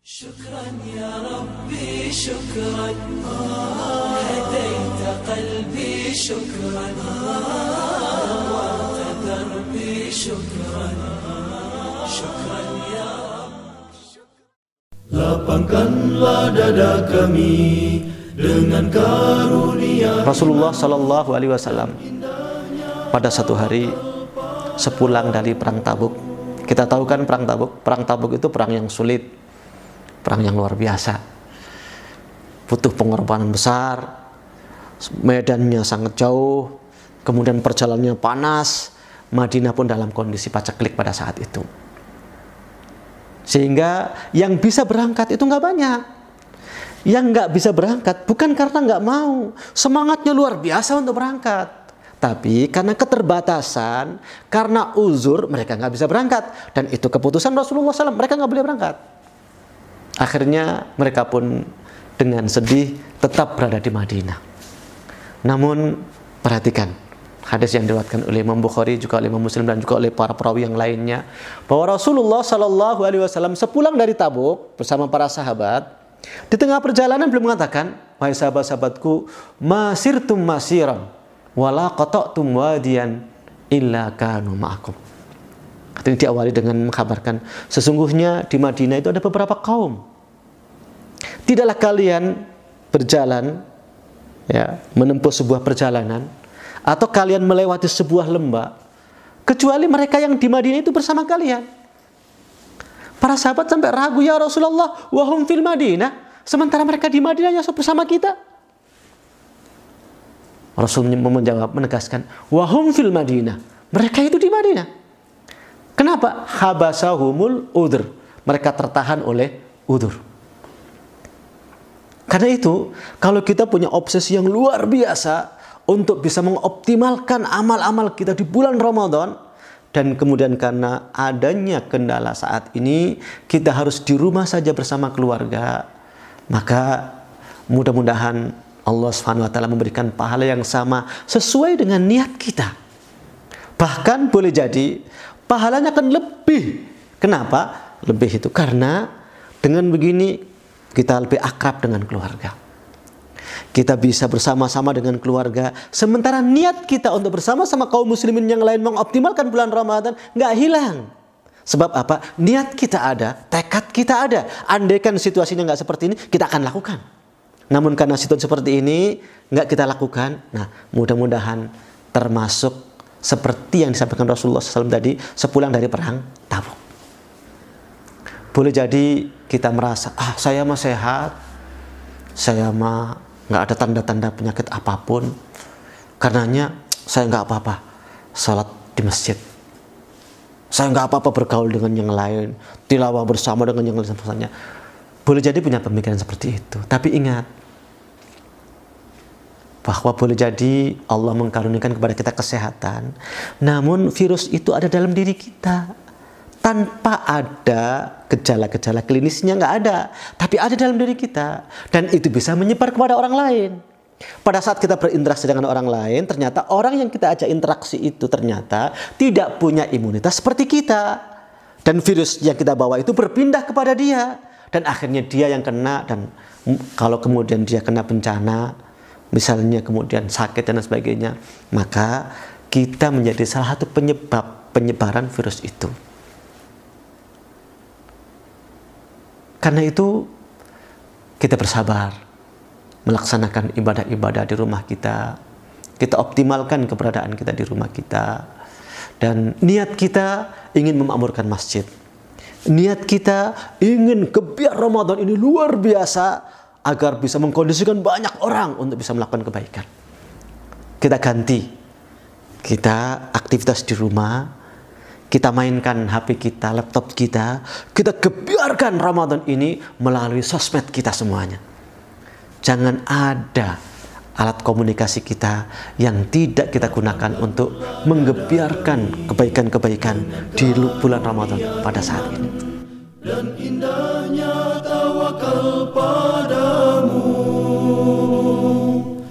شكرا يا ربي شكرا هديت قلبي شكرا نورت دربي شكرا شكرا يا رب. Lapangkanlah dada kami dengan karunia. Rasulullah Shallallahu Alaihi Wasallam pada satu hari sepulang dari perang Tabuk, kita tahu kan perang Tabuk itu perang yang sulit, perang yang luar biasa, butuh pengorbanan besar, medannya sangat jauh, kemudian perjalanannya panas, Madinah pun dalam kondisi paceklik pada saat itu, sehingga yang bisa berangkat itu nggak banyak. Yang nggak bisa berangkat bukan karena nggak mau, semangatnya luar biasa untuk berangkat, tapi karena keterbatasan, karena uzur mereka nggak bisa berangkat, dan itu keputusan Rasulullah SAW, mereka nggak boleh berangkat. Akhirnya mereka pun dengan sedih tetap berada di Madinah. Namun perhatikan hadis yang diriwayatkan oleh Imam Bukhari, juga oleh Imam Muslim, dan juga oleh para perawi yang lainnya, bahwa Rasulullah Shallallahu Alaihi Wasallam sepulang dari Tabuk bersama para sahabat, di tengah perjalanan belum mengatakan, wahai sahabat-sahabatku, masirtum masiran wala qata'tum wadiyan illa kanu ma'akum. Ini diawali dengan mengkabarkan, sesungguhnya di Madinah itu ada beberapa kaum. Tidaklah kalian berjalan, menempuh sebuah perjalanan, atau kalian melewati sebuah lembah, kecuali mereka yang di Madinah itu bersama kalian. Para sahabat sampai ragu, ya Rasulullah, wahum fil Madinah, sementara mereka di Madinah ya bersama kita. Rasul menjawab, menegaskan, wahum fil Madinah, mereka itu di Madinah. Kenapa? Habasahumul udur, mereka tertahan oleh udur. Karena itu, kalau kita punya obsesi yang luar biasa untuk bisa mengoptimalkan amal-amal kita di bulan Ramadan, dan kemudian karena adanya kendala saat ini, kita harus di rumah saja bersama keluarga, maka mudah-mudahan Allah SWT memberikan pahala yang sama sesuai dengan niat kita. Bahkan boleh jadi pahalanya akan lebih. Kenapa? Lebih itu karena dengan begini kita lebih akrab dengan keluarga. Kita bisa bersama-sama dengan keluarga, sementara niat kita untuk bersama-sama kaum muslimin yang lain mengoptimalkan bulan Ramadan nggak hilang. Sebab apa? Niat kita ada, tekad kita ada. Andaikan situasinya nggak seperti ini, kita akan lakukan. Namun karena situasi seperti ini nggak kita lakukan, nah mudah-mudahan termasuk seperti yang disampaikan Rasulullah SAW tadi sepulang dari perang Tabuk. Boleh jadi kita merasa, saya mah sehat, saya mah nggak ada tanda-tanda penyakit apapun, karenanya saya nggak apa-apa salat di masjid, saya nggak apa-apa bergaul dengan yang lain, tilawah bersama dengan yang lain sebagainya. Boleh jadi punya pemikiran seperti itu, tapi ingat bahwa boleh jadi Allah mengkaruniakan kepada kita kesehatan, namun virus itu ada dalam diri kita tanpa ada gejala-gejala klinisnya, nggak ada, tapi ada dalam diri kita, dan itu bisa menyebar kepada orang lain. Pada saat kita berinteraksi dengan orang lain, ternyata orang yang kita ajak interaksi itu ternyata tidak punya imunitas seperti kita, dan virus yang kita bawa itu berpindah kepada dia, dan akhirnya dia yang kena. Dan kalau kemudian dia kena bencana, misalnya kemudian sakit dan sebagainya, maka kita menjadi salah satu penyebab penyebaran virus itu. Karena itu kita bersabar melaksanakan ibadah-ibadah di rumah kita, kita optimalkan keberadaan kita di rumah kita, dan niat kita ingin memakmurkan masjid, niat kita ingin gebiar Ramadan ini luar biasa agar bisa mengkondisikan banyak orang untuk bisa melakukan kebaikan. Kita ganti, kita aktivitas di rumah, kita mainkan HP kita, laptop kita, kita gebiarkan Ramadan ini melalui sosmed kita semuanya. Jangan ada alat komunikasi kita yang tidak kita gunakan untuk menggebiarkan kebaikan-kebaikan di bulan Ramadan pada saat ini. Dan indahnya tawakal pada